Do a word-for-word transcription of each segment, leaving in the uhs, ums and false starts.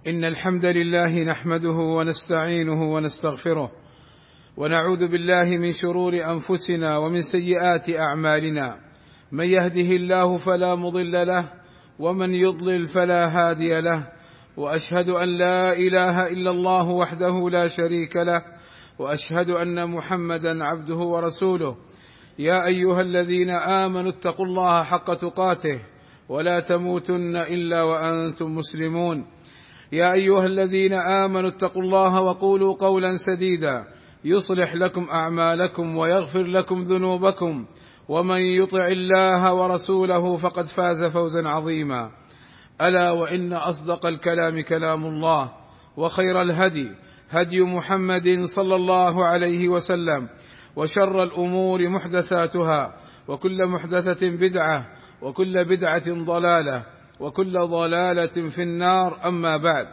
إن الحمد لله نحمده ونستعينه ونستغفره، ونعوذ بالله من شرور أنفسنا ومن سيئات أعمالنا. من يهده الله فلا مضل له، ومن يضلل فلا هادي له. وأشهد أن لا إله إلا الله وحده لا شريك له، وأشهد أن محمدا عبده ورسوله. يا أيها الذين آمنوا اتقوا الله حق تقاته ولا تموتن إلا وأنتم مسلمون. يا أيها الذين آمنوا اتقوا الله وقولوا قولا سديدا يصلح لكم أعمالكم ويغفر لكم ذنوبكم، ومن يطع الله ورسوله فقد فاز فوزا عظيما. ألا وإن أصدق الكلام كلام الله، وخير الهدي هدي محمد صلى الله عليه وسلم، وشر الأمور محدثاتها، وكل محدثة بدعة، وكل بدعة ضلالة، وكل ضلالة في النار. أما بعد،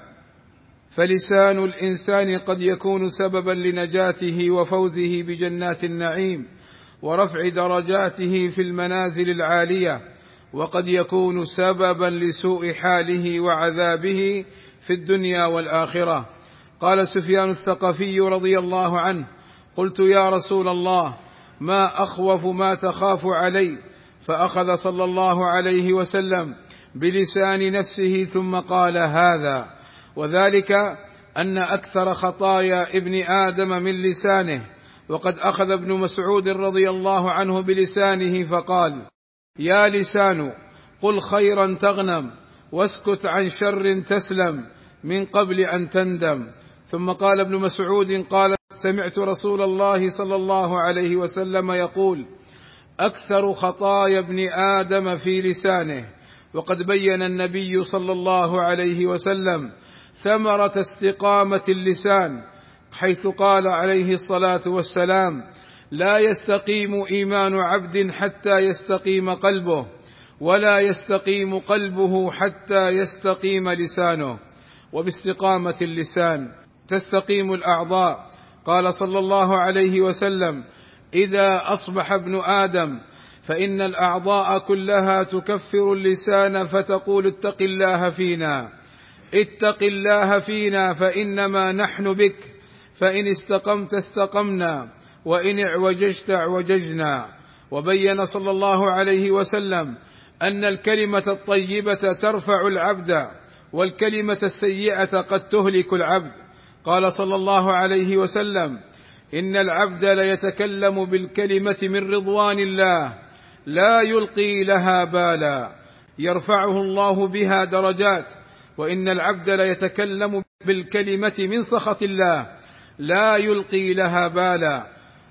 فلسان الإنسان قد يكون سببا لنجاته وفوزه بجنات النعيم ورفع درجاته في المنازل العالية، وقد يكون سببا لسوء حاله وعذابه في الدنيا والآخرة. قال سفيان الثقفي رضي الله عنه: قلت يا رسول الله، ما أخوف ما تخاف علي؟ فأخذ صلى الله عليه وسلم بلسان نفسه ثم قال هذا، وذلك أن أكثر خطايا ابن آدم من لسانه. وقد أخذ ابن مسعود رضي الله عنه بلسانه فقال: يا لسان، قل خيرا تغنم، واسكت عن شر تسلم، من قبل أن تندم. ثم قال ابن مسعود: قال سمعت رسول الله صلى الله عليه وسلم يقول: أكثر خطايا ابن آدم في لسانه. وقد بين النبي صلى الله عليه وسلم ثمرة استقامة اللسان، حيث قال عليه الصلاة والسلام: لا يستقيم إيمان عبد حتى يستقيم قلبه، ولا يستقيم قلبه حتى يستقيم لسانه. وباستقامة اللسان تستقيم الأعضاء. قال صلى الله عليه وسلم: إذا أصبح ابن آدم فإن الأعضاء كلها تكفر اللسان فتقول: اتق الله فينا، اتق الله فينا، فإنما نحن بك، فإن استقمت استقمنا، وإن اعوججت اعوججنا. وبين صلى الله عليه وسلم أن الكلمة الطيبة ترفع العبد، والكلمة السيئة قد تهلك العبد. قال صلى الله عليه وسلم: إن العبد ليتكلم بالكلمة من رضوان الله لا يلقي لها بالا، يرفعه الله بها درجات. وإن العبد ليتكلم بالكلمة من سخط الله لا يلقي لها بالا،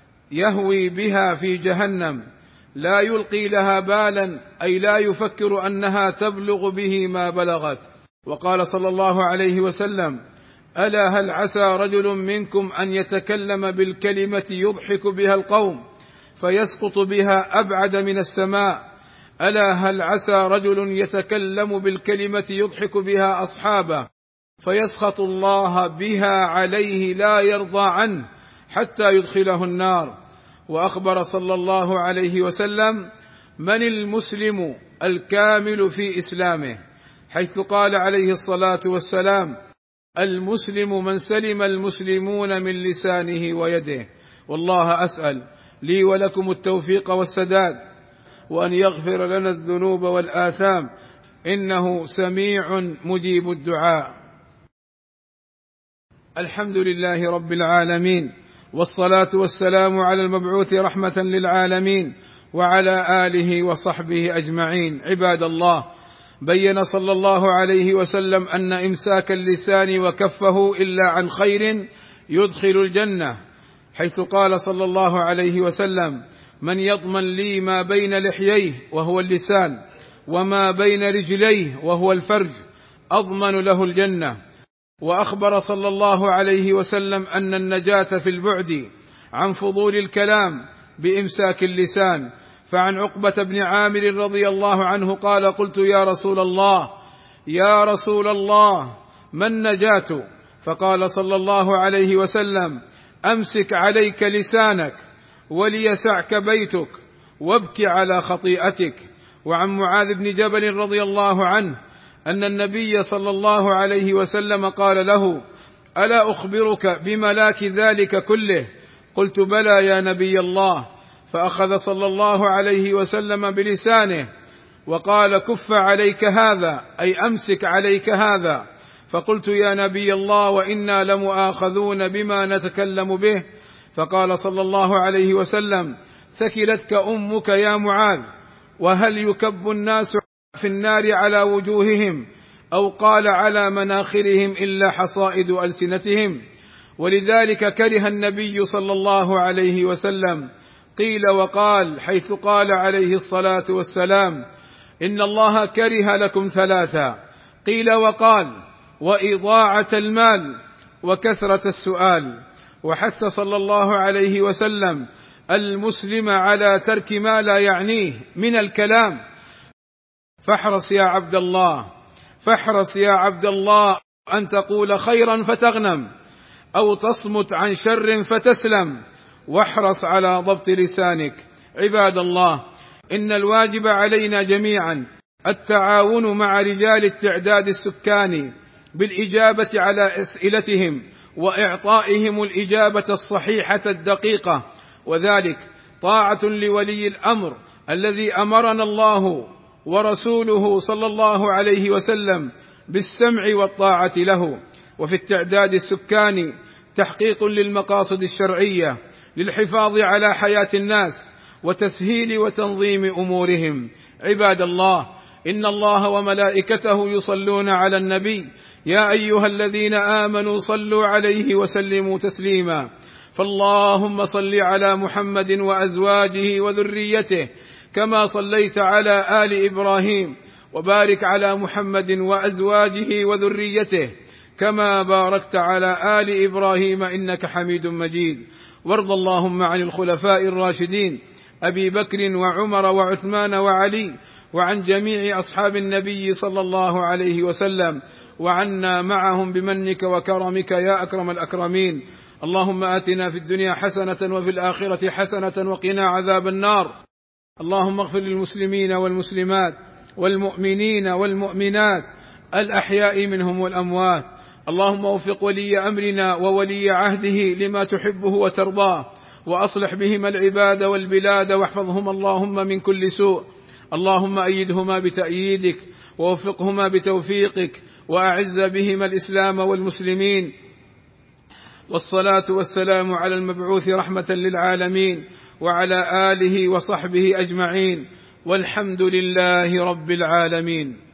يهوي بها في جهنم. لا يلقي لها بالا أي لا يفكر أنها تبلغ به ما بلغت. وقال صلى الله عليه وسلم: ألا هل عسى رجل منكم أن يتكلم بالكلمة يضحك بها القوم فيسقط بها أبعد من السماء؟ ألا هل عسى رجل يتكلم بالكلمة يضحك بها أصحابه فيسخط الله بها عليه لا يرضى عنه حتى يدخله النار. وأخبر صلى الله عليه وسلم من المسلم الكامل في إسلامه، حيث قال عليه الصلاة والسلام: المسلم من سلم المسلمون من لسانه ويده. والله أسأل لي ولكم التوفيق والسداد، وأن يغفر لنا الذنوب والآثام، إنه سميع مجيب الدعاء. الحمد لله رب العالمين، والصلاة والسلام على المبعوث رحمة للعالمين، وعلى آله وصحبه أجمعين. عباد الله، بين صلى الله عليه وسلم أن إمساك اللسان وكفه إلا عن خير يدخل الجنة، حيث قال صلى الله عليه وسلم: من يضمن لي ما بين لحييه وهو اللسان، وما بين رجليه وهو الفرج، أضمن له الجنة. وأخبر صلى الله عليه وسلم أن النجاة في البعد عن فضول الكلام بإمساك اللسان. فعن عقبة بن عامر رضي الله عنه قال: قلت يا رسول الله يا رسول الله ما النجاة؟ فقال صلى الله عليه وسلم: أمسك عليك لسانك وليسعك بيتك وابك على خطيئتك. وعن معاذ بن جبل رضي الله عنه أن النبي صلى الله عليه وسلم قال له: ألا أخبرك بملاك ذلك كله؟ قلت: بلى يا نبي الله. فأخذ صلى الله عليه وسلم بلسانه وقال: كف عليك هذا، أي أمسك عليك هذا. فقلت: يا نبي الله، وإنا لمؤاخذون بما نتكلم به. فقال صلى الله عليه وسلم: ثكلتك أمك يا معاذ، وهل يكب الناس في النار على وجوههم أو قال على مناخرهم إلا حصائد ألسنتهم؟ ولذلك كره النبي صلى الله عليه وسلم قيل وقال، حيث قال عليه الصلاة والسلام: إن الله كره لكم ثلاثا، قيل وقال: وإضاعة المال وكثرة السؤال. وحث صلى الله عليه وسلم المسلم على ترك ما لا يعنيه من الكلام. فاحرص يا عبد الله فاحرص يا عبد الله أن تقول خيرا فتغنم، أو تصمت عن شر فتسلم، واحرص على ضبط لسانك. عباد الله، إن الواجب علينا جميعا التعاون مع رجال التعداد السكاني بالإجابة على أسئلتهم وإعطائهم الإجابة الصحيحة الدقيقة، وذلك طاعة لولي الأمر الذي أمرنا الله ورسوله صلى الله عليه وسلم بالسمع والطاعة له. وفي التعداد السكاني تحقيق للمقاصد الشرعية للحفاظ على حياة الناس وتسهيل وتنظيم أمورهم. عباد الله، إن الله وملائكته يصلون على النبي، يا أيها الذين آمنوا صلوا عليه وسلموا تسليما. فاللهم صل على محمد وأزواجه وذريته كما صليت على آل إبراهيم، وبارك على محمد وأزواجه وذريته كما باركت على آل إبراهيم إنك حميد مجيد. وارض اللهم عن الخلفاء الراشدين أبي بكر وعمر وعثمان وعلي، وعن جميع أصحاب النبي صلى الله عليه وسلم، وعنا معهم بمنك وكرمك يا أكرم الأكرمين. اللهم آتنا في الدنيا حسنة وفي الآخرة حسنة وقنا عذاب النار. اللهم اغفر للمسلمين والمسلمات والمؤمنين والمؤمنات الأحياء منهم والأموات. اللهم وفق ولي أمرنا وولي عهده لما تحبه وترضاه، وأصلح بهما العباد والبلاد، واحفظهما اللهم من كل سوء. اللهم أيدهما بتأييدك، ووفقهما بتوفيقك، وأعز بهما الإسلام والمسلمين. والصلاة والسلام على المبعوث رحمة للعالمين، وعلى آله وصحبه أجمعين، والحمد لله رب العالمين.